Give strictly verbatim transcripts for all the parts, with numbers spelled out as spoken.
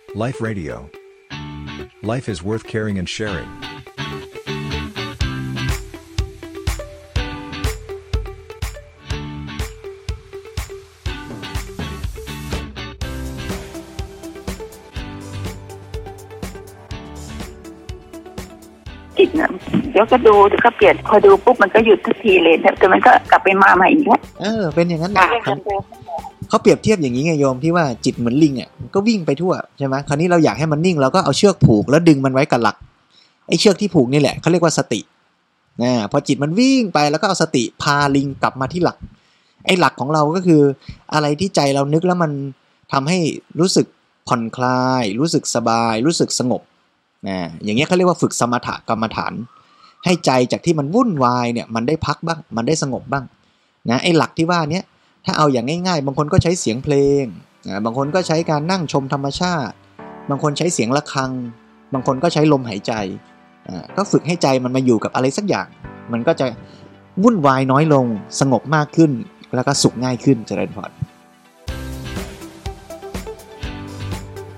Life Radio. Life is worth caring and sharing. จิตนะเดี๋ยวก็ดูเดี๋ยวก็เปลี่ยนพอดูปุ๊บมันก็หยุดทุกทีเลยแต่มันก็กลับไปมาใหม่อีกแล้วเออเป็นอย่างนั้นแหละเขาเปรียบเทียบอย่างนี้ไงโยมที่ว่าจิตเหมือนลิงอ่ะก็วิ่งไปทั่วใช่ไหมคราวนี้เราอยากให้มันนิ่งเราก็เอาเชือกผูกแล้วดึงมันไว้กับหลักไอ้เชือกที่ผูกนี่แหละเขาเรียกว่าสตินะพอจิตมันวิ่งไปแล้วก็เอาสติพาลิงกลับมาที่หลักไอ้หลักของเราก็คืออะไรที่ใจเรานึกแล้วมันทำให้รู้สึกผ่อนคลายรู้สึกสบายรู้สึกสงบนะอย่างเงี้ยเขาเรียกว่าฝึกสมถกรรมฐานให้ใจจากที่มันวุ่นวายเนี่ยมันได้พักบ้างมันได้สงบบ้างนะไอ้หลักที่ว่านี้ถ้าเอาอย่างง่ายๆบางคนก็ใช้เสียงเพลงบางคนก็ใช้การนั่งชมธรรมชาติบางคนใช้เสียงระฆังบางคนก็ใช้ลมหายใจก็ฝึกให้ใจมันมาอยู่กับอะไรสักอย่างมันก็จะวุ่นวายน้อยลงสงบมากขึ้นแล้วก็สุขง่ายขึ้นเจริญพร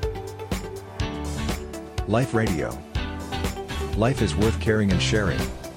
Life Radio. Life is worth caring and sharing.